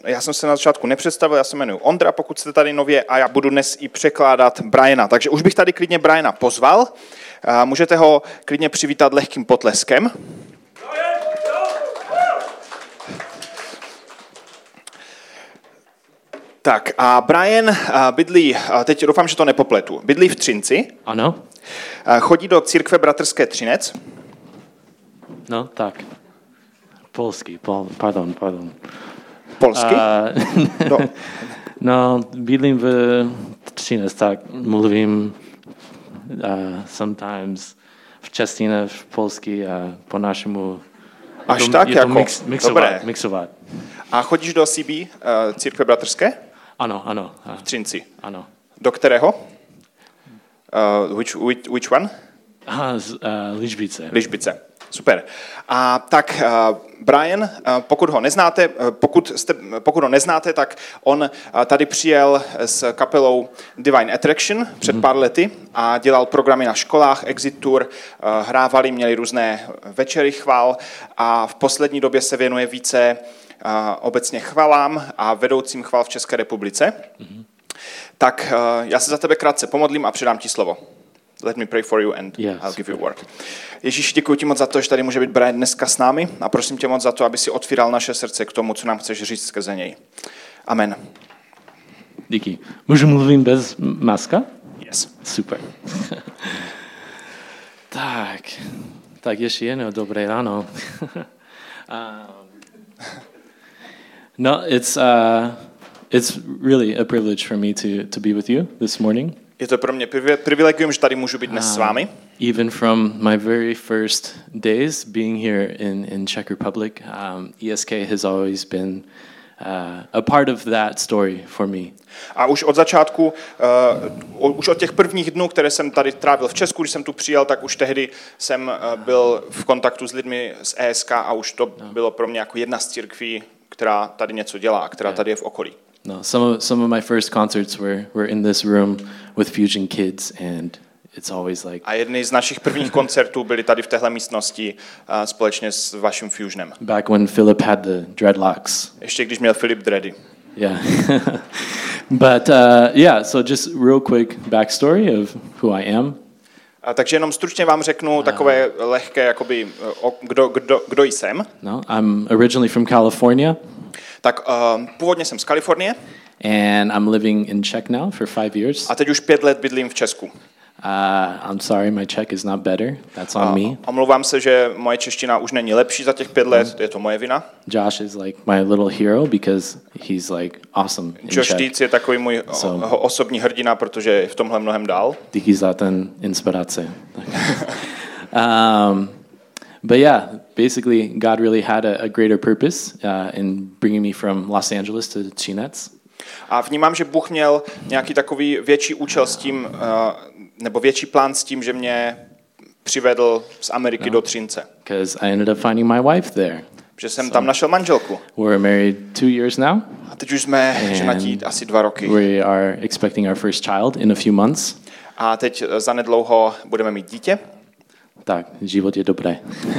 Já jsem se na začátku nepředstavil, já se jmenuji Ondra, pokud jste tady nově, a já budu dnes i překládat Briana. Takže už bych tady klidně Briana pozval. Můžete ho klidně přivítat lehkým potleskem. Tak a Brian bydlí, teď doufám, že to nepopletu, bydlí v Třinci. Ano. Chodí do církve bratrské Třinec. No, tak. Polský, pardon. Polsky? No. No, bydlím v Třinec, tak mluvím sometimes v češtině, v polsky a po našemu. Až tak je to jako? mixovat. A chodíš do CB, církve bratrské? Ano. V Třinci. Ano. Do kterého? Which one? Ližbice. Ližbice. Super. A tak Brian, pokud ho neznáte, tak on tady přijel s kapelou Divine Attraction před pár lety a dělal programy na školách, Exit Tour, hrávali, měli různé večery chvál a v poslední době se věnuje více obecně chvalám a vedoucím chval v České republice. Tak já se za tebe krátce pomodlím a předám ti slovo. Let me pray for you and I'll give you a word. Ježíš, děkuji ti moc za to, že tady může být Brian dneska s námi a prosím tě moc za to, aby si otvíral naše srdce k tomu, co nám chceš říct skrze něj. Amen. Díky. Můžu mluvit bez maska? Yes. Super. tak ještě jednou dobré ráno. No, it's really a privilege for me to be with you this morning. Je to pro mě privilegium, že tady můžu být dnes s vámi. Even from my very first days being here in Czech Republic, ESK has always been a part of that story for me. A už od začátku, už od těch prvních dnů, které jsem tady trávil v Česku, když jsem tu přijel, tak už tehdy jsem byl v kontaktu s lidmi z ESK a už to bylo pro mě jako jedna z církví, která tady něco dělá, která tady je v okolí. No, some of my first concerts were in this room with Fusion Kids, and it's always like. A jedny z našich prvních koncertů byly tady v téhle místnosti společně s vaším Fusionem. Back when Philip had the dreadlocks. Ještě když měl Filip dready. Yeah. But so just real quick backstory of who I am. Takže jenom stručně vám řeknu takové lehké, jakoby, kdo jsem. No, I'm originally from California. Tak původně jsem z Kalifornie. And I'm living in Czech now for 5 years. A teď už 5 let bydlím v Česku. I'm sorry, my Czech is not better. That's on me. Omlouvám se, že moje čeština už není lepší za těch 5 let, je to moje vina. Josh is like my little hero because he's like awesome in Josh Czech. Dietz je takový můj osobní hrdina, protože je v tomhle mnohem dál. Díky za ten inspiraci. But yeah, basically God really had a greater purpose in bringing me from Los Angeles to Třinec. A vnímám, že Bůh měl nějaký takový větší účel s tím, nebo větší plán s tím, že mě přivedl z Ameriky do Třince. Because I ended up finding my wife there. Že jsem tam našel manželku. We're married 2 years now. A teď už jsme ženatí asi 2 roky. We are expecting our first child in a few months. A teď zanedlouho budeme mít dítě. Tak, život je dobré.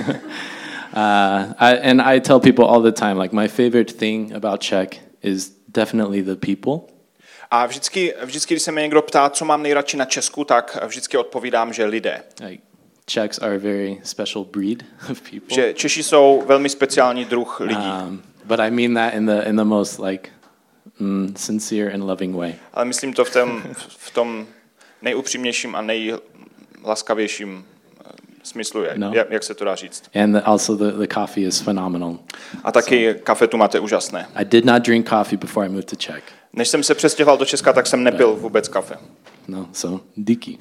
And I tell people all the time, like my favorite thing about Czech is definitely the people. A vždycky, když se mě někdo ptá, co mám nejradši na Česku, tak vždycky odpovídám, že lidé. Like, Czechs are a very special breed of people. Že Češi jsou velmi speciální druh lidí. But I mean that in the most like sincere and loving way. Ale myslím to v tom nejupřímnějším a nejlaskavějším smyslu, jak se to dá říct. And also the coffee is phenomenal. A taky kafe tu máte úžasné. I did not drink coffee before I moved to Czech. Než jsem se přestěhoval do Česka, tak jsem nepil vůbec kafe. No, so díky.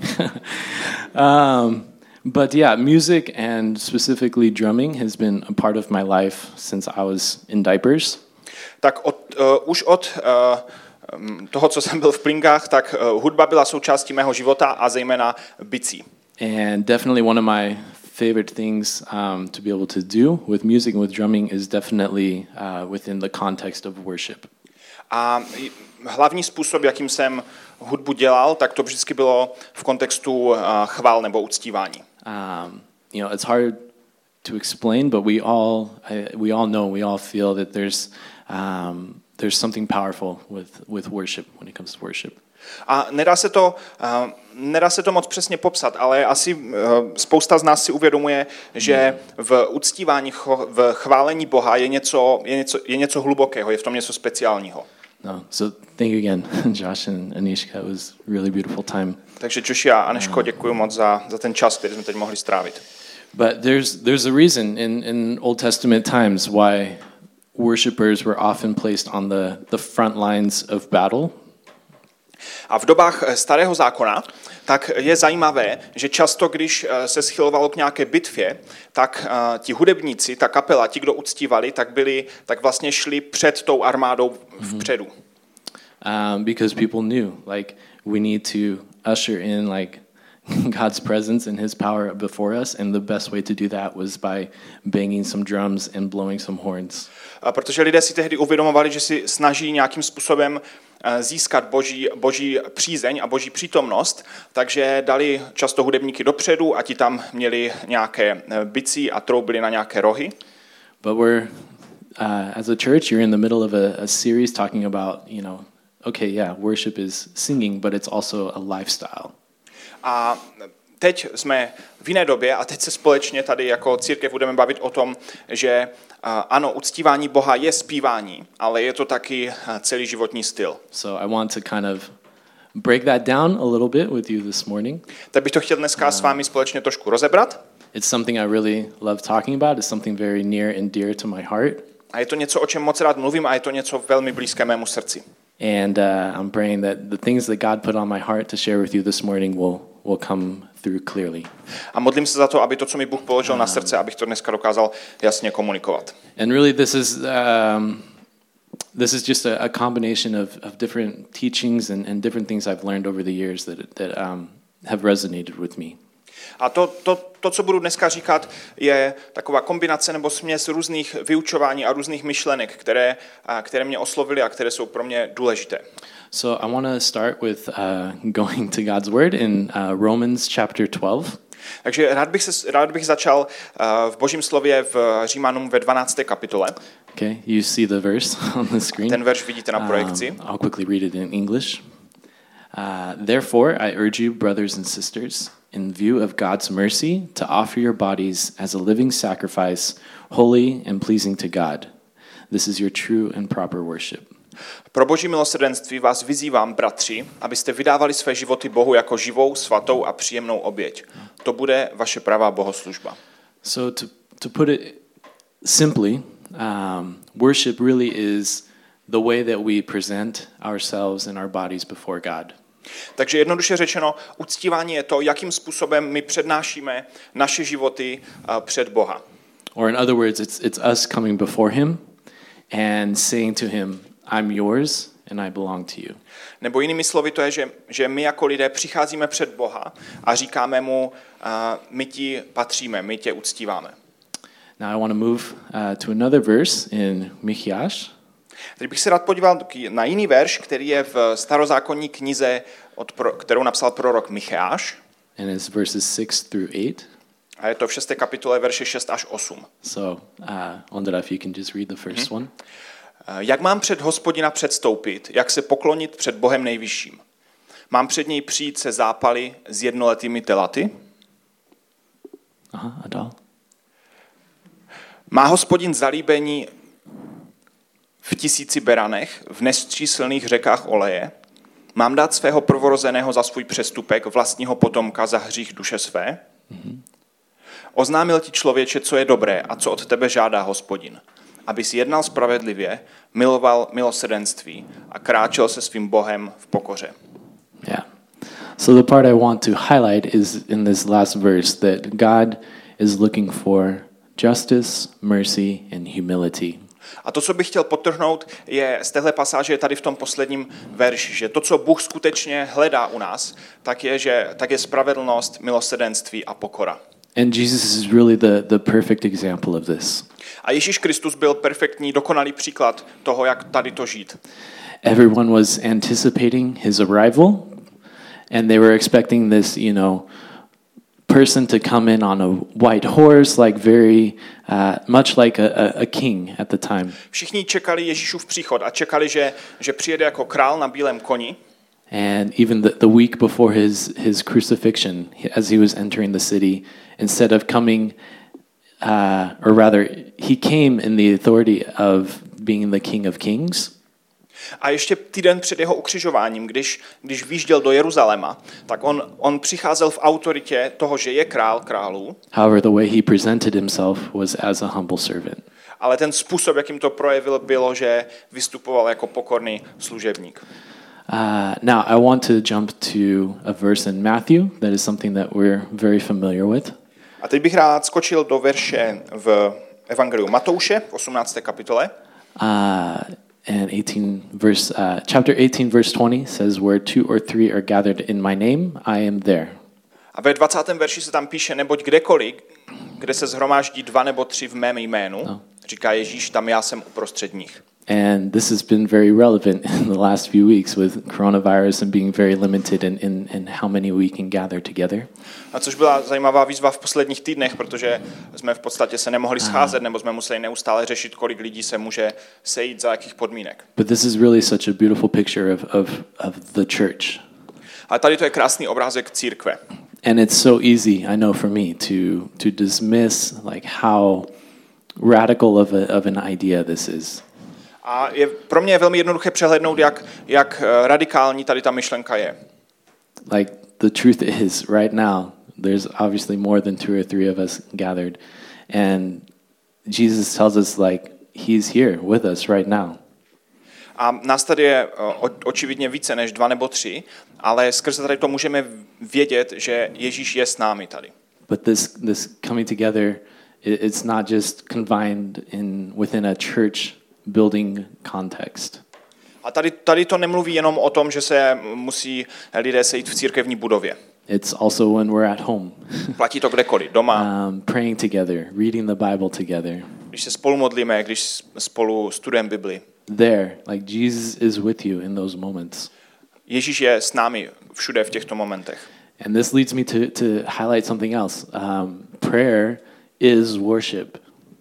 But yeah, music and specifically drumming has been a part of my life since I was in diapers. Tak už od toho, co jsem byl v plinkách, tak hudba byla součástí mého života a zejména bicí. And definitely one of my favorite things to be able to do with music and with drumming is definitely within the context of worship. A hlavní způsob, jakým jsem hudbu dělal, tak to vždycky bylo v kontextu chvál nebo uctívání. You know, it's hard to explain, but we all know, we all feel that there's something powerful with worship when it comes to worship. A nedá se to moc přesně popsat, ale asi spousta z nás si uvědomuje, že v uctívání, v chválení Boha je něco hlubokého, je v tom něco speciálního. No, so thank you again, Josh and Anishka. It was really beautiful time. Takže Joshi a Aneško, děkuji moc za ten čas, který jsme teď mohli strávit. But there's a reason in Old Testament times why worshipers were often placed on the front lines of battle. A v dobách Starého zákona tak je zajímavé, že často, když se schylovalo k nějaké bitvě, tak ti hudebníci, ta kapela, ti, kdo uctívali, tak vlastně šli před tou armádou vpředu. Because people knew, like, we need to usher in like God's presence and His power before us, and the best way to do that was by banging some drums and blowing some horns. Protože lidé si tehdy uvědomovali, že si snaží nějakým způsobem získat boží přízeň a boží přítomnost, takže dali často hudebníky dopředu a ti tam měli nějaké bicí a troubili na nějaké rohy. But we're as a church, you're in the middle of a series talking about, okay, yeah, worship is singing, but it's also a lifestyle. A teď jsme v jiné době a teď se společně tady jako církev budeme bavit o tom, že ano, uctívání Boha je zpívání, ale je to taky celý životní styl. So I want to kind of break that down a little bit with you this morning. Tak bych to chtěl dneska s vámi společně trošku rozebrat. It's something I really love talking about. It's something very near and dear to my heart. A je to něco, o čem moc rád mluvím, a je to něco velmi blízké mému srdci. And I'm praying that the things that God put on my heart to share with you this morning will come through clearly. A modlím se za to, aby to, co mi Bůh položil na srdce, abych to dneska dokázal jasně komunikovat. And really this is just a combination of different teachings and different things I've learned over the years that have resonated with me. A to, co budu dneska říkat, je taková kombinace nebo směs různých vyučování a různých myšlenek, které mě oslovily a které jsou pro mě důležité. So I want to start with going to God's word in Romans chapter 12. Takže rád bych začal v Božím slově v Římanům ve 12. kapitole. Okay, you see the verse on the screen. Ten verš vidíte na projekci. I'll quickly read it in English. Therefore, I urge you, brothers and sisters, in view of God's mercy, to offer your bodies as a living sacrifice, holy and pleasing to God. This is your true and proper worship. Pro Boží milosrdenství vás vyzývám, bratři, abyste vydávali své životy Bohu jako živou, svatou a příjemnou oběť. To bude vaše pravá bohoslužba. So to put it simply, worship really is the way that we present ourselves and our bodies before God. Takže jednoduše řečeno, uctívání je to, jakým způsobem my přednášíme naše životy před Boha. Or in other words, it's us coming before him and saying to him, I'm yours and I belong to you. Nebo jinými slovy to je, že my jako lidé přicházíme před Boha a říkáme mu, my ti patříme, my tě uctíváme. Now I want to move to another verse in Micheáš. Teď bych se rád podíval na jiný verš, který je v starozákonní knize, kterou napsal prorok Micheáš. And it's verses 6 through 8. A je to v 6. kapitole verše 6 až 8. So, Ondra, if you can just read the first one. Jak mám před Hospodina předstoupit, jak se poklonit před Bohem nejvyšším? Mám před něj přijít se zápaly s jednoletými telaty? Aha, a dál. Má Hospodin zalíbení v 1000 beranech, v nesčíslných řekách oleje? Mám dát svého prvorozeného za svůj přestupek, vlastního potomka za hřích duše své? Mm-hmm. Oznámil ti, člověče, co je dobré a co od tebe žádá Hospodin, abys jednal spravedlivě, miloval milosrdenství a kráčel se svým Bohem v pokoře. Yeah. So the part I want to highlight is in this last verse that God is looking for justice, mercy and humility. A to, co bych chtěl podtrhnout, je z téhle pasáže tady v tom posledním verši, že to, co Bůh skutečně hledá u nás, tak je spravedlnost, milosrdenství a pokora. And Jesus is really the perfect example of this. A Ježíš Kristus byl perfektní, dokonalý příklad toho, jak tady to žít. Everyone was anticipating his arrival, and they were expecting this, person to come in on a white horse, like very much like a king at the time. Všichni čekali Ježíšův příchod a čekali, že přijede jako král na bílém koni. And even the week before his crucifixion, as he was entering the city, instead of coming, or rather, he came in the authority of being the King of Kings. A ještě týden před jeho ukřižováním, když výjížděl do Jeruzaléma, tak on přicházel v autoritě toho, že je král králů. However, the way he presented himself was as a humble servant. Ale ten způsob, jakým to projevil, bylo, že vystupoval jako pokorný služebník. Now, I want to jump to a verse in Matthew that is something that we're very familiar with. A teď bych rád skočil do verše v Evangeliu Matouše v 18. kapitole. And chapter 18, verse 20 says, "Where two or three are gathered in my name, I am there." A ve 20. verši se tam píše, neboť kdekoliv, kde se shromáždí 2 nebo 3 v mém jménu, říká Ježíš, tam já jsem uprostřed nich. And this has been very relevant in the last few weeks with coronavirus and being very limited in how many we can gather together. A což byla zajímavá výzva v posledních týdnech, protože jsme v podstatě se nemohli scházet, nebo jsme museli neustále řešit, kolik lidí se může sejít, za jakých podmínek. But this is really such a beautiful picture of the church. A tady to je krásný obrázek církve. And it's so easy, I know for me, to dismiss like how radical of an idea this is. A pro mě je velmi jednoduché přehlédnout, jak radikální tady ta myšlenka je. Like the truth is, right now, there's obviously more than 2 or 3 of us gathered, and Jesus tells us like he's here with us right now. A nás tady je očividně více než 2 nebo 3, ale skrze tady to můžeme vědět, že Ježíš je s námi tady. But this coming together, it's not just confined within a church building context. A tady to nemluví jenom o tom, že se musí lidé sejít v církevní budově. It's also when we're at home. Platí to kdekoliv, doma. Praying together, reading the Bible together. Když se spolu modlíme, když spolu studujeme Bibli. There, like Jesus is with you in those moments. Ježíš je s námi všude v těchto momentech. And this leads me to highlight something else. Prayer is worship.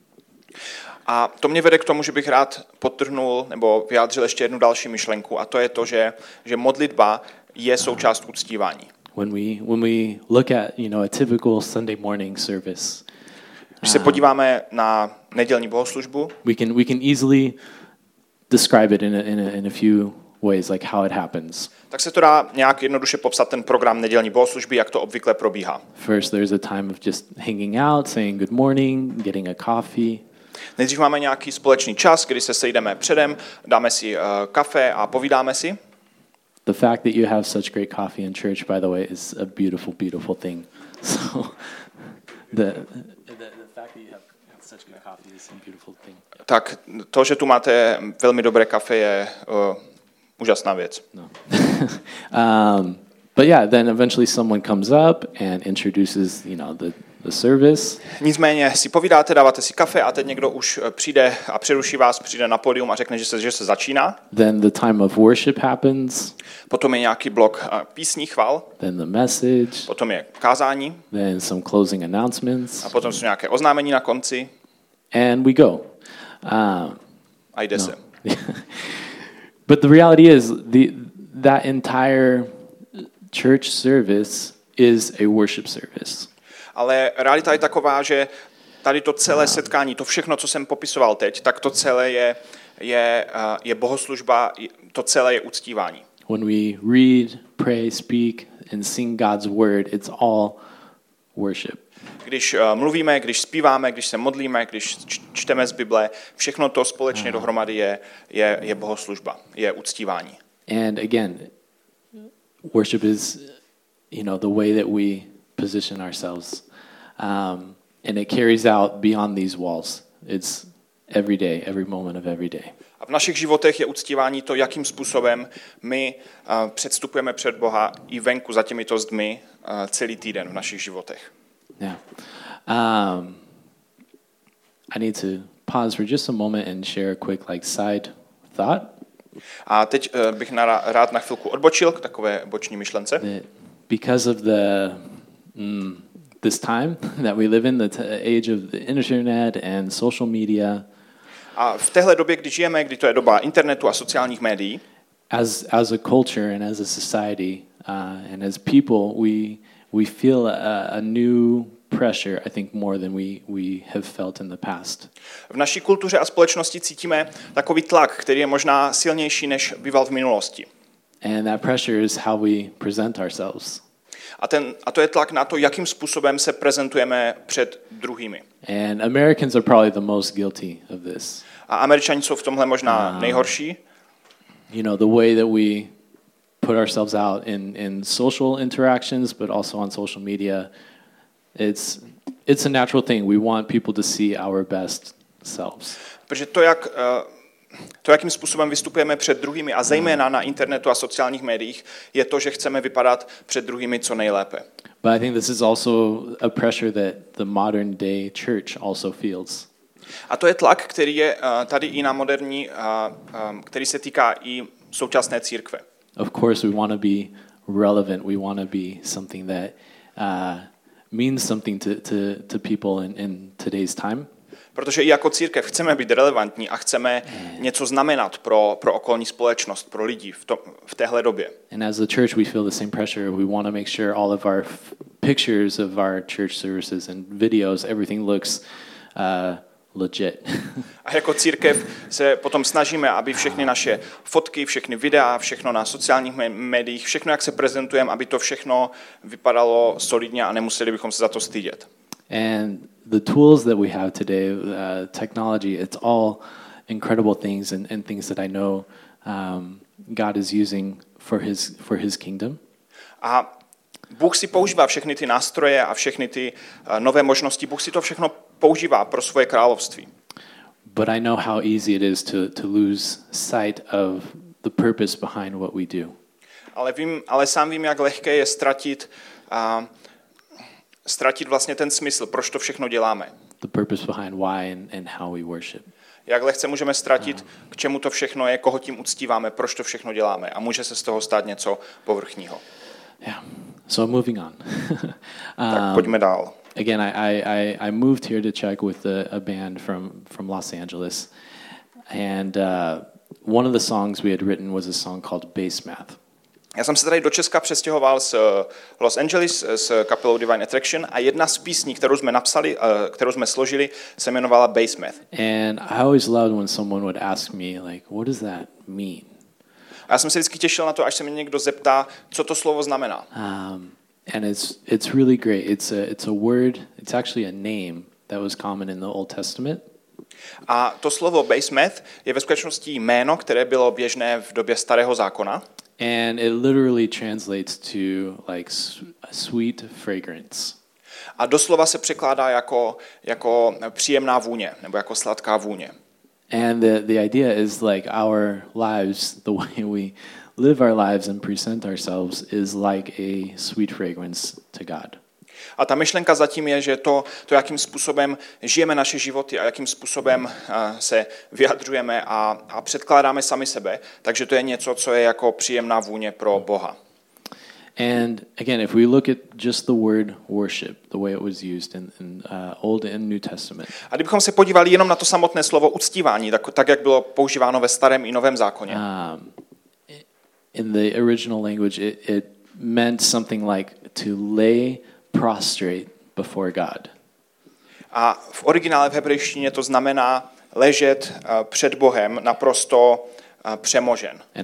A to mě vede k tomu, že bych rád podtrhnul nebo vyjádřil ještě jednu další myšlenku, a to je to, že modlitba je součást uctívání. When we look at, a typical Sunday morning service, když se podíváme na nedělní bohoslužbu, we can easily describe it in a few ways, like how it happens. Tak se to dá nějak jednoduše popsat ten program nedělní bohoslužby, jak to obvykle probíhá. First, there's a time of just hanging out, saying good morning, getting a coffee. Nejdřív máme nějaký společný čas, kdy se sejdeme předem, dáme si kafe a povídáme si. The fact that you have such great coffee in church, by the way, is a beautiful, beautiful thing. So the fact that you have such good coffee is a beautiful thing. Tak to, že tu máte velmi dobré kafe, je úžasná věc. No. But yeah, then eventually someone comes up and introduces, the service. Nicméně si povídáte, dáváte si kafe a teď někdo už přijde a přeruší vás, přijde na pódium a řekne, že se začíná. Then the time of worship happens. Potom je nějaký blok písní chval. Then the message. Potom je kázání. Then some closing announcements. A potom jsou nějaké oznámení na konci. And we go. A jde se. But the reality is that entire church service is a worship service. Ale realita je taková, že tady to celé setkání, to všechno, co jsem popisoval teď, tak to celé je bohoslužba, to celé je uctívání. When we read, pray, speak and sing God's word, it's all worship. Když mluvíme, když zpíváme, když se modlíme, když čteme z Bible, všechno to společně dohromady je bohoslužba, je uctívání. And again, worship is, the way that we position ourselves. And it carries out beyond these walls. It's every day, every moment of every day. A v našich životech je uctívání to, jakým způsobem my předstupujeme před Boha i venku za těmito zdmi celý týden v našich životech. Yeah. I need to pause for just a moment and share a quick side thought. A teď bych rád na chvilku odbočil k takové boční myšlence. Because of the this time that we live in, the age of the internet and social media. A v téhle době, kdy žijeme, kdy to je doba internetu a sociálních médií, as a culture and as a society and as people, we feel a new pressure, I think, more than we have felt in the past. V naší kultuře a společnosti cítíme takový tlak, který je možná silnější, než býval v minulosti. And that pressure is how we present ourselves. A to je tlak na to, jakým způsobem se prezentujeme před druhými. And Americans are probably the most guilty of this. A Američani jsou v tomhle možná nejhorší. You know, the way that we put ourselves out in social interactions, but also on social media, it's a natural thing. We want people to see our best selves. Protože to, jakým způsobem vystupujeme před druhými a zejména na internetu a sociálních médiích, je to, že chceme vypadat před druhými co nejlépe. But I think this is also a pressure that the modern day church also feels. A to je tlak, který je tady i na moderní, který se týká i současné církve. Of course, we want to be relevant. We want to be something that means something to people in today's time. Protože i jako církev chceme být relevantní a chceme něco znamenat pro okolní společnost, pro lidi v téhle době. And as a church, we feel the same pressure. We want to make sure all of our pictures of our church services and videos, everything looks legit. A jako církev se potom snažíme, aby všechny naše fotky, všechny videa, všechno na sociálních médiích, všechno, jak se prezentujeme, aby to všechno vypadalo solidně a nemuseli bychom se za to stydět. And the tools that we have today, technology, it's all incredible things and things that I know God is using for his kingdom. A Bůh si používá všechny ty nástroje a všechny ty nové možnosti. Bůh si to všechno používá pro svoje království. But I know how easy it is to lose sight of the purpose behind what we do. Ale sám vím, jak lehké je ztratit vlastně ten smysl, proč to všechno děláme. The purpose behind why and how we worship. Jak lehce můžeme ztratit, k čemu to všechno je, koho tím uctíváme, proč to všechno děláme a může se z toho stát něco povrchního. Yeah. So moving on. Tak pojďme dál. Again, I moved here to Czech with a band from Los Angeles, and one of the songs we had written was a song called Bass Math. Já jsem se tady do Česka přestěhoval z Los Angeles s kapelou Divine Attraction a jedna z písní, kterou jsme napsali, kterou jsme složili, se jmenovala Bass Math. And I always loved when someone would ask me, like, what does that mean? A já jsem se vždycky těšil na to, až se mě někdo zeptá, co to slovo znamená. And it's really great. It's a word. It's actually a name that was common in the Old Testament. A to slovo Bass Math je ve skutečnosti jméno, které bylo běžné v době Starého zákona. And it literally translates to like a sweet fragrance. A doslova se překládá jako příjemná vůně nebo jako sladká vůně. And the idea is like our lives, the way we live our lives and present ourselves is like a sweet fragrance to God. A ta myšlenka zatím je, že to jakým způsobem žijeme naše životy a jakým způsobem se vyjadřujeme a předkládáme sami sebe, takže to je něco, co je jako příjemná vůně pro Boha. And again, if we look at just the word worship, the way it was used in Old and New Testament. A kdybychom se podívali jenom na to samotné slovo uctívání, tak jak bylo používáno ve Starém i Novém zákoně. In the original language, it meant something like to lay prostrate before God. A v originále v hebrejštině to znamená ležet před Bohem naprosto přemožen. And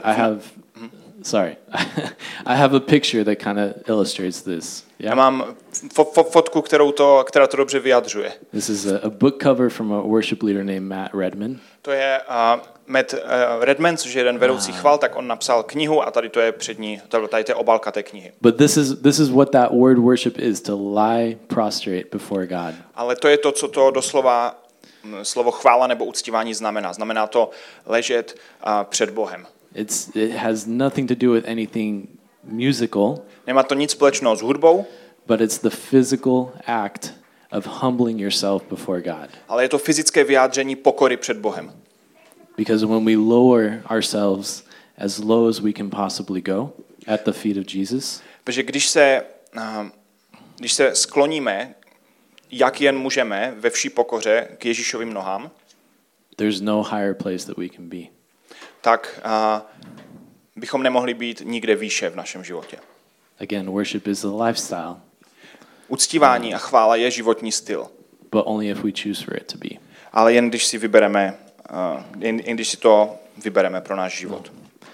I have a picture that kind of illustrates this. Yeah? Já mám fotku, která to dobře vyjadřuje. This is a book cover from a worship leader named Matt Redman. To je Matt Redman, což je jeden vedoucí chval, tak on napsal knihu a tady to je přední, tady to je obálka té knihy. But this is what that word worship is, to lie prostrate before God. Ale to je to, co to doslova slovo chvála nebo uctívání znamená. Znamená to ležet před Bohem. It has nothing to do with anything musical. Nemá to nic společného s hudbou. But it's the physical act of humbling yourself before God. Ale je to fyzické vyjádření pokory před Bohem. Because when we lower ourselves as low as we can possibly go at the feet of Jesus, protože když se když se skloníme, jak jen můžeme ve vší pokoře k Ježíšovým nohám, there's no higher place that we can be. tak bychom nemohli být nikde výše v našem životě. Again, worship is a lifestyle, Uctívání a chvála je životní styl, but only if we choose for it to be. ale jen když si vybereme, jen když si to vybereme pro náš život.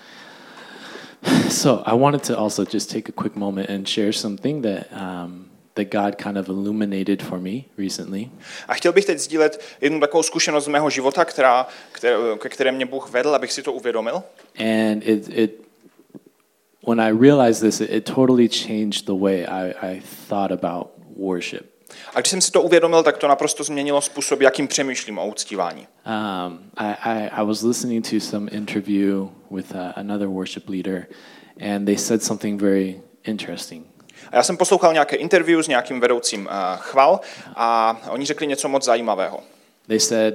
So I wanted to also just take a quick moment and share something that God kind of illuminated for me recently. A chtěl bych teď sdílet jednu takovou zkušenost z mého života, ke které mě Bůh vedl, abych si to uvědomil. And when I realized this, it totally changed the way I thought about worship. A když jsem si to uvědomil, tak to naprosto změnilo způsob, jakým přemýšlím o uctívání. I was listening to some interview with another worship leader, and they said something very interesting. A já jsem poslouchal nějaké interview s nějakým vedoucím chval a oni řekli něco moc zajímavého. They said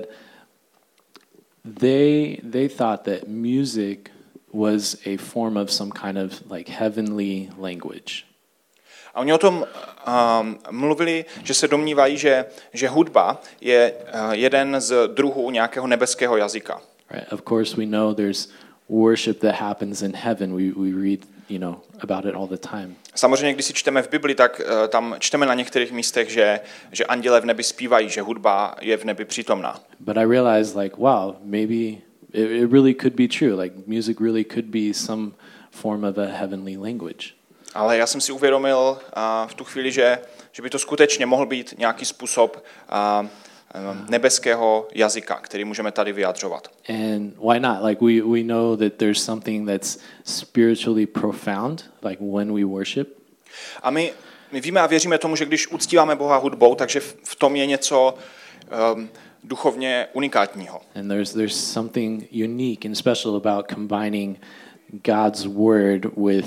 they thought that music was a form of some kind of like heavenly language. A oni o tom mluvili, že se domnívají, že hudba je jeden z druhů nějakého nebeského jazyka. Right. Of course, we know there's worship that happens in heaven. We read, about it all the time. Samozřejmě, když si čteme v Bibli, tak tam čteme na některých místech, že anděle v nebi zpívají, že hudba je v nebi přítomná. But I realized, like, wow, maybe it really could be true. Like, music really could be some form of a heavenly language. Ale já jsem si uvědomil v tu chvíli, že by to skutečně mohl být nějaký způsob nebeského jazyka, který můžeme tady vyjadřovat. And why not? Like we know that there's something that's spiritually profound, like when we worship. A my víme a věříme tomu, že když uctíváme Boha hudbou, takže v tom je něco duchovně unikátního. And there's something unique and special about combining God's word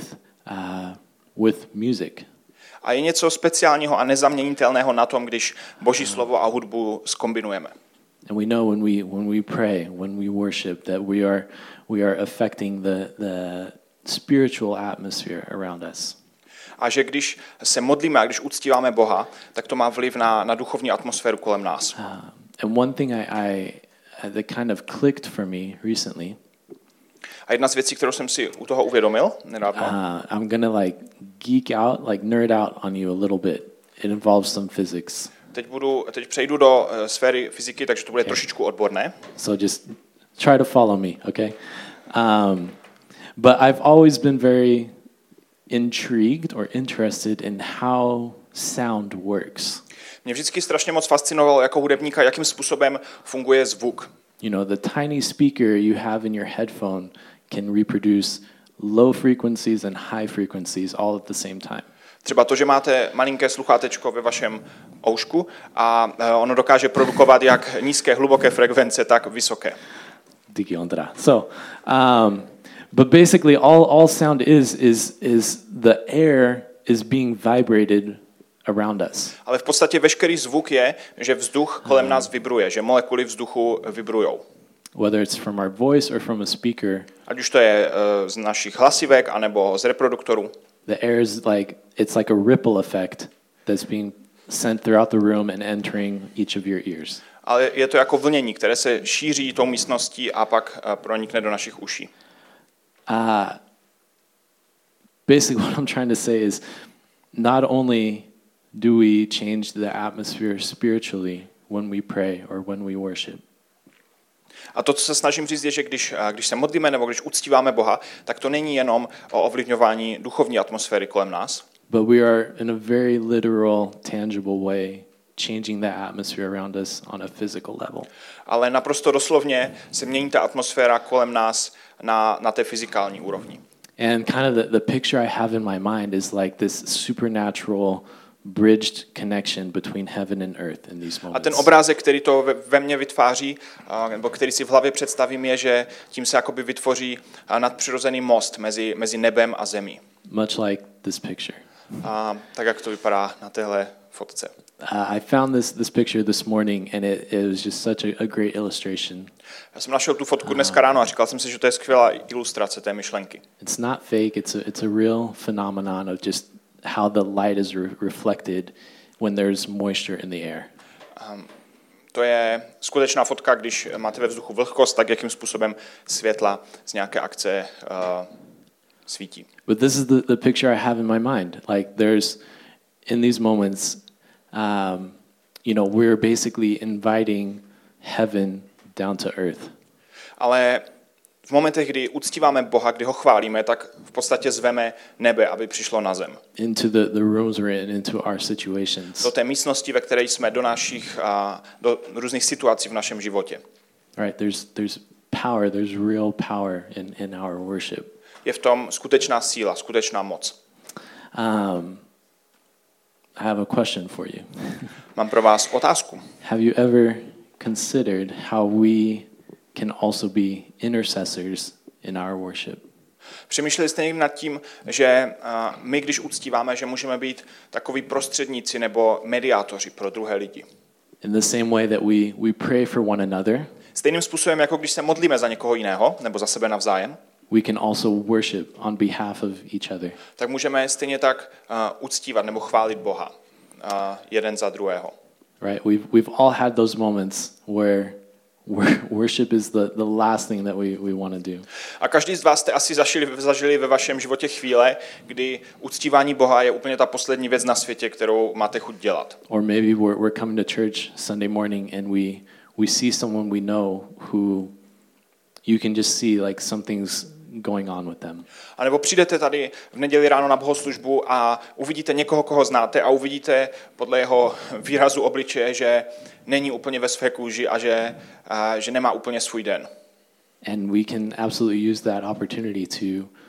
with music. A je něco speciálního a nezaměnitelného na tom, když Boží slovo a hudbu zkombinujeme. And we know when we pray, when we worship, that we are affecting the spiritual atmosphere around us. A že když se modlíme a když uctíváme Boha, tak to má vliv na duchovní atmosféru kolem nás. And one thing that kind of clicked for me recently. A jedna z věcí, kterou jsem si u toho uvědomil nedávno. I'm gonna like geek out, like nerd out on you a little bit. It involves some physics. Teď přejdu do sféry fyziky, takže to bude trošičku odborné. So just try to follow me, okay? But I've always been very intrigued or interested in how sound works. Mě vždycky strašně moc fascinovalo jako hudebníka, jakým způsobem funguje zvuk. The tiny speaker you have in your headphone can reproduce low frequencies and high frequencies all at the same time. Třeba to, že máte malinké sluchátečko ve vašem oušku a ono dokáže produkovat jak nízké, hluboké frekvence, tak vysoké. Díky, Ondra. So, but basically all sound is the air is being vibrated around us. Ale v podstatě veškerý zvuk je, že vzduch kolem nás vibruje, že molekuly vzduchu vibrujou. Whether it's from our voice or from a speaker. Ať už to je z našich hlasivek anebo z reproduktorů. The air is it's like a ripple effect that's being sent throughout the room and entering each of your ears. Ale je to jako vlnění, které se šíří tou místností a pak pronikne do našich uší. Basically what I'm trying to say is not only do we change the atmosphere spiritually when we pray or when we worship. A to, co se snažím říct, je, že když se modlíme nebo když uctíváme Boha, tak to není jenom o ovlivňování duchovní atmosféry kolem nás. But we are in a very literal, tangible way changing the atmosphere around us on a physical level. Ale naprosto doslovně se mění ta atmosféra kolem nás na té fyzikální úrovni. And kind of the picture I have in my mind is like this supernatural bridged connection between heaven and earth in these moments. A ten obrázek, který to ve mně vytváří, nebo který si v hlavě představím, je, že tím se jakoby vytvoří nadpřirozený most mezi nebem a zemí. Much like this picture. Tak, jak to vypadá na téhle fotce. I found this picture this morning and it was just such a great illustration. Já jsem našel tu fotku dneska ráno a říkal jsem si, že to je skvělá ilustrace té myšlenky. It's not fake, it's a real phenomenon of just how the light is reflected when there's moisture in the air. To je skutečná fotka, když máte ve vzduchu vlhkost, tak jakým způsobem světla z nějaké akce svítí. But this is the picture I have in my mind. Like there's, in these moments, we're basically inviting heaven down to earth. Ale v momentech, kdy uctíváme Boha, kdy ho chválíme, tak v podstatě zveme nebe, aby přišlo na zem. Into the rooms we're in, into our situations. Do té místnosti, ve které jsme, do různých situací v našem životě. Right, there's power, there's real power in our worship. Je v tom skutečná síla, skutečná moc. I have a question for you. Mám pro vás otázku. Have you ever considered how we can also be intercessors in our worship? Přemýšleli jste někdy nad tím, že my, když uctíváme, že můžeme být takoví prostředníci nebo mediátoři pro druhé lidi? In the same way that we pray for one another, stejným způsobem, jako když se modlíme za někoho jiného nebo za sebe navzájem, we can also worship on behalf of each other. Tak můžeme stejně tak uctívat nebo chválit Boha jeden za druhého. Right, we've all had those moments where worship is the last thing that we want to do. A každý z vás jste asi zažili ve vašem životě chvíle, kdy uctívání Boha je úplně ta poslední věc na světě, kterou máte chuť dělat. Or maybe we're coming to church Sunday morning and we see someone we know who you can just see like something's going on with them. A nebo přijdete tady v neděli ráno na bohoslužbu a uvidíte někoho, koho znáte, a uvidíte podle jeho výrazu obličeje, že není úplně ve své kůži a že nemá úplně svůj den. And we can absolutely use that opportunity to,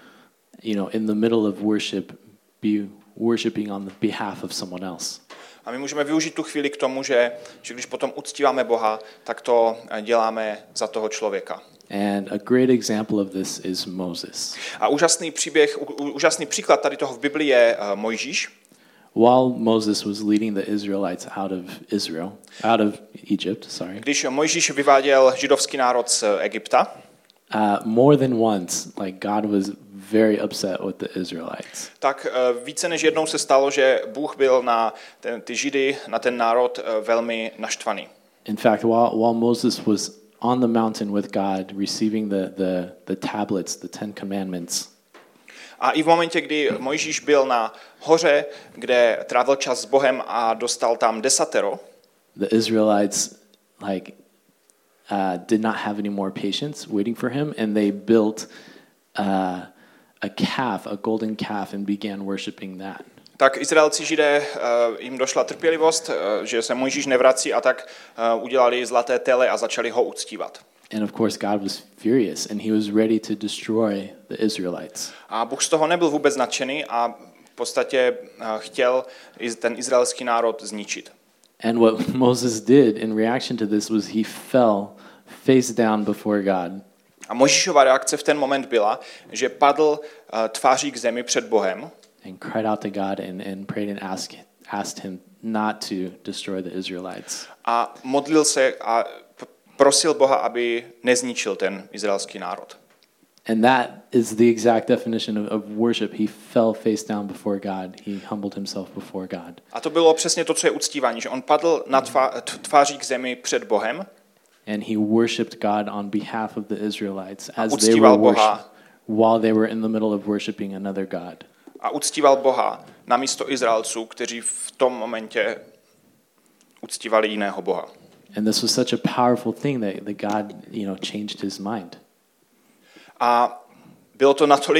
in the middle of worship, be worshiping on the behalf of someone else. A my můžeme využít tu chvíli k tomu, že když potom uctíváme Boha, tak to děláme za toho člověka. And a great example of this is Moses. A úžasný příklad tady toho v Biblii je Mojžíš. While Moses was leading the Israelites out of Egypt, Když Mojžíš vyváděl židovský národ z Egypta, more than once, like God was very upset with the Israelites. Tak více než jednou se stalo, že Bůh byl na ty Židy, na ten národ velmi naštvaný. In fact, while Moses was on the mountain with God, receiving the tablets, the 10 commandments. A i v momentě, kdy Mojžíš byl na hoře, kde trávil čas s Bohem a dostal tam desatero, the Israelites did not have any more patience waiting for him, and they built a golden calf, and began worshiping that. Tak Izraelci Židé, jim došla trpělivost, že se Mojžíš nevrací, a tak udělali zlaté tele a začali ho uctívat. And of course God was furious and he was ready to destroy the Israelites. A Bůh z toho nebyl vůbec nadšený a v podstatě chtěl ten izraelský národ zničit. And what Moses did in reaction to this was he fell face down before God. A Mojžíšova reakce v ten moment byla, že padl tváří k zemi před Bohem. And cried out to God and prayed and asked him not to destroy the Israelites. A modlil se a prosil Boha, aby nezničil ten izraelský národ. And that is the exact definition of worship. He fell face down before God. He humbled himself before God. A to bylo přesně to, co je uctívání, že on padl na tváří k zemi před Bohem. And he worshipped God on behalf of the Israelites as they were while they were in the middle of worshiping another God. A uctíval Boha na místo Izraelců, kteří v tom momentě uctívali jiného Boha. And this was such a powerful thing that God, changed his mind. A bylo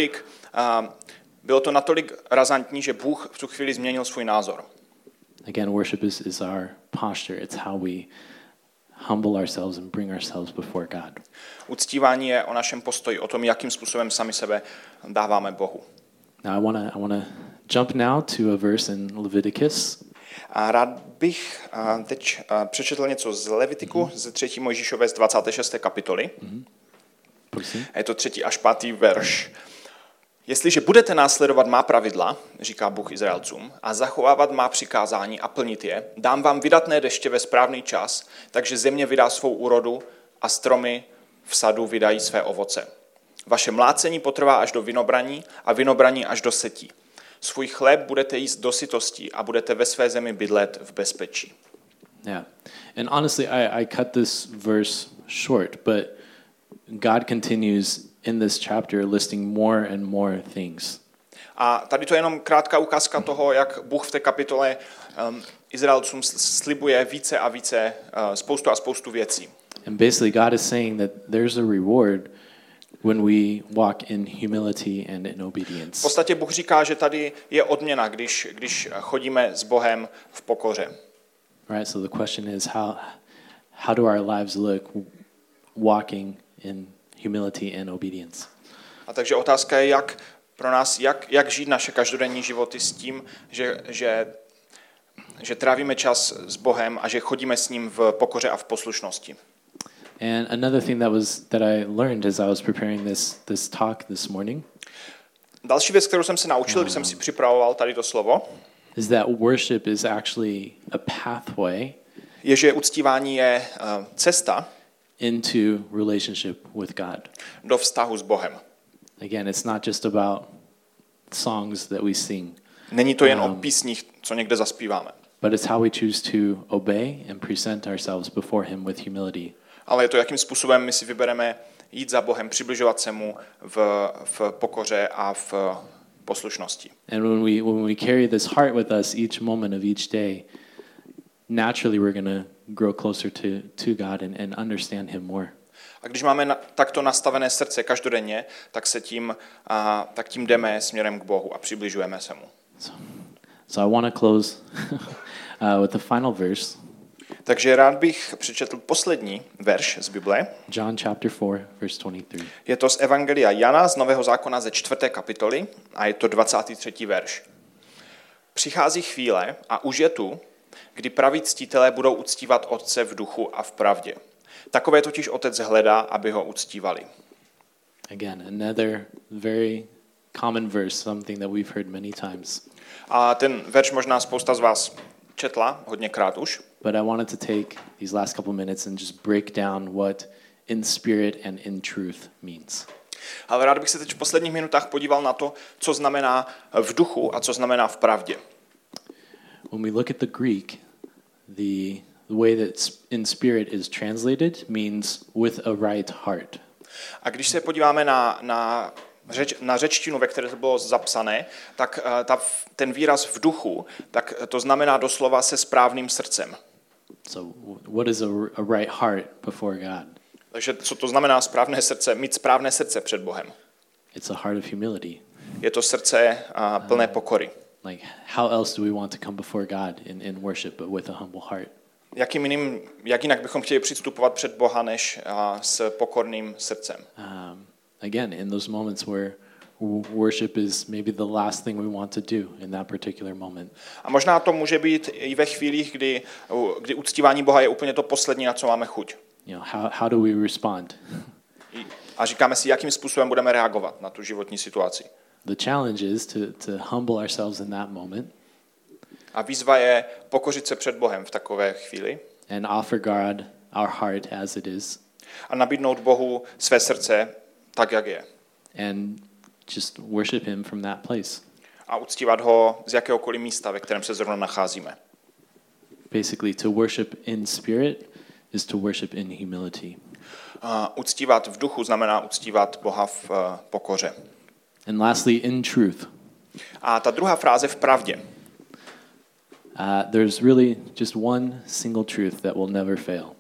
to natolik razantní, že Bůh v tu chvíli změnil svůj názor. Again, worship is our posture. It's how we humble ourselves and bring ourselves before God. Uctívání je o našem postoji, o tom, jakým způsobem sami sebe dáváme Bohu. Now I want to jump now to a verse in Leviticus. A rád bych teď přečetl něco z Levitiku, ze 3. Mojžíšové z 26. kapitoly. Je to 3. až 5. verš. Jestliže budete následovat má pravidla, říká Bůh Izraelcům, a zachovávat má přikázání a plnit je, dám vám vydatné deště ve správný čas, takže země vydá svou úrodu a stromy v sadu vydají své ovoce. Vaše mlácení potrvá až do vynobraní a vynobraní až do setí. Svůj chléb budete jíst do sytosti a budete ve své zemi bydlet v bezpečí. Yeah. And honestly, I cut this verse short, but God continues in this chapter listing more and more things. A tady to je jenom krátká ukázka toho, jak Bůh v té kapitole Izraelcům slibuje více a více, spoustu věcí. And basically God is saying that there's a reward when we walk in humility and in V obedience. podstatě Bůh říká, že tady je odměna, když chodíme s Bohem v pokoře. Right? So the question is how do our lives look walking in humility and obedience? A takže otázka je, jak pro nás, jak žít naše každodenní životy s tím, že trávíme čas s Bohem a že chodíme s ním v pokoře a v poslušnosti. And another thing that I learned as I was preparing this talk this morning Další věc, kterou jsem se naučil, když jsem si připravoval tady to slovo, is that worship is actually a pathway je, že uctívání je cesta into relationship with God. do vztahu s Bohem. Again, it's not just about songs that we sing, Není to jen o písních, co někde zaspíváme, but it's how we choose to obey and present ourselves before Him with humility. ale je to, jakým způsobem my si vybereme jít za Bohem, přibližovat se mu v pokoře a v poslušnosti. And when we carry this heart with us each moment of each day, naturally we're going to grow closer to God and understand Him more. A když máme takto nastavené srdce každodenně, tak tím jdeme směrem k Bohu a přibližujeme se mu. So I want to close with the final verse. Takže rád bych přečetl poslední verš z Bible. John chapter 4, verse 23. Je to z Evangelia Jana z Nového zákona ze 4. kapitoly a je to 23. verš. Přichází chvíle a už je tu, kdy praví ctitelé budou uctívat Otce v duchu a v pravdě. Takové totiž Otec hledá, aby ho uctívali. Again, another very common verse, something that we've heard many times. A ten verš možná spousta z vás četla hodněkrát už. But I wanted to take these last couple minutes and just break down what in spirit and in truth means. Ale rád bych se teď v posledních minutách podíval na to, co znamená v duchu a co znamená v pravdě. When we look at the Greek, the way that in spirit is translated means with a right heart. A když se podíváme na řečtinu, ve které to bylo zapsané, tak ten výraz v duchu, tak to znamená doslova se správným srdcem. So what is a right heart before God? Takže co to znamená správné srdce? Mít správné srdce před Bohem. It's a heart of humility. Je to srdce plné pokory. Like how else do we want to come before God in worship but with a humble heart? Jak jinak bychom chtěli přistupovat před Boha než s pokorným srdcem? Again, in those moments where worship is maybe the last thing we want to do in that particular moment. A možná to může být i ve chvílích, kdy uctívání Boha je úplně to poslední, na co máme chuť. You know, how do we respond? A říkáme si, jakým způsobem budeme reagovat na tu životní situaci. The challenge is to humble ourselves in that moment. A výzva je pokořit se před Bohem v takové chvíli. And offer God our heart as it is. A nabídnout Bohu své srdce tak, jak je. And just worship Him from that place. A uctívat ho z jakéhokoliv místa, ve kterém se zrovna nacházíme. Basically, to worship in spirit is to worship in humility. Uctívat v duchu znamená uctívat Boha v pokoře. And lastly, in truth. A ta druhá fráze v pravdě. There's really just one single truth that will never fail.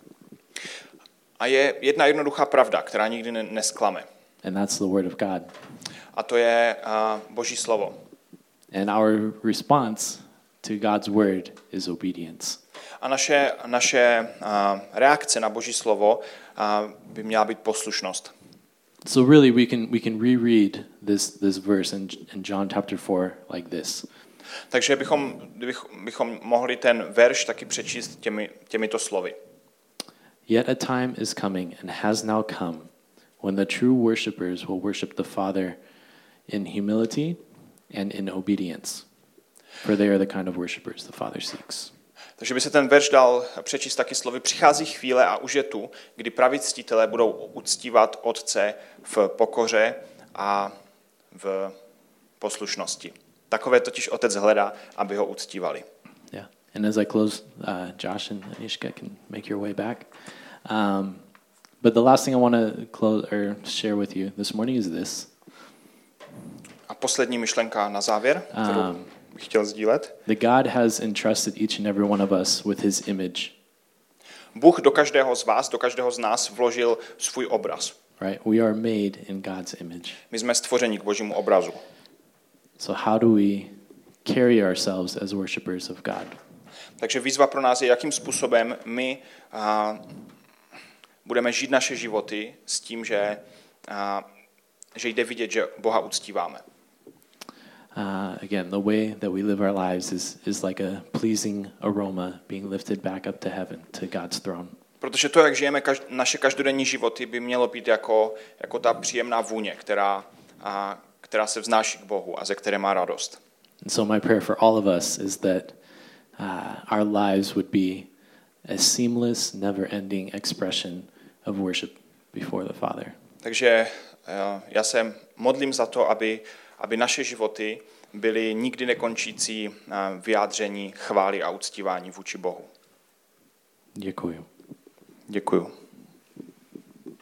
A je jedna jednoduchá pravda, která nikdy nesklame. And that's the word of God. A to je Boží slovo. And our response to God's word is obedience. A naše reakce na Boží slovo by měla být poslušnost. So really we can reread this verse in John chapter 4 like this. Takže bychom mohli ten verš taky přečíst těmito slovy. Yet a time is coming and has now come when the true worshipers will worship the Father in humility and in obedience. For they are the kind of worshipers the Father seeks. Takže by se ten verš dal přečíst taky slovy. Přichází chvíle a už je tu, kdy praví ctitelé budou uctívat Otce v pokoře a v poslušnosti. Takové totiž Otec hledá, aby ho uctívali. Yeah. And as I close, Josh and Anishka can make your way back. But the last thing I want to close or share with you this morning is this. A poslední myšlenka na závěr, kterou bych chtěl sdílet. That God has entrusted each and every one of us with his image. Bůh do každého z vás, do každého z nás vložil svůj obraz. Right? We are made in God's image. My jsme stvořeni k Božímu obrazu. So how do we carry ourselves as worshipers of God? Takže výzva pro nás je, jakým způsobem my budeme žít naše životy s tím, že jde vidět, že Boha uctíváme. Again, the way that we live our lives is like a pleasing aroma being lifted back up to heaven, to God's throne. Protože to, jak žijeme naše každodenní životy, by mělo být jako ta příjemná vůně, která se vznáší k Bohu a ze které má radost. And so my prayer for all of us is that our lives would be a seamless, never-ending expression of worship before the Father. Takže já se modlím za to, aby naše životy byly nikdy nekončící vyjádření chvály a uctívání vůči Bohu. Děkuju. Děkuju.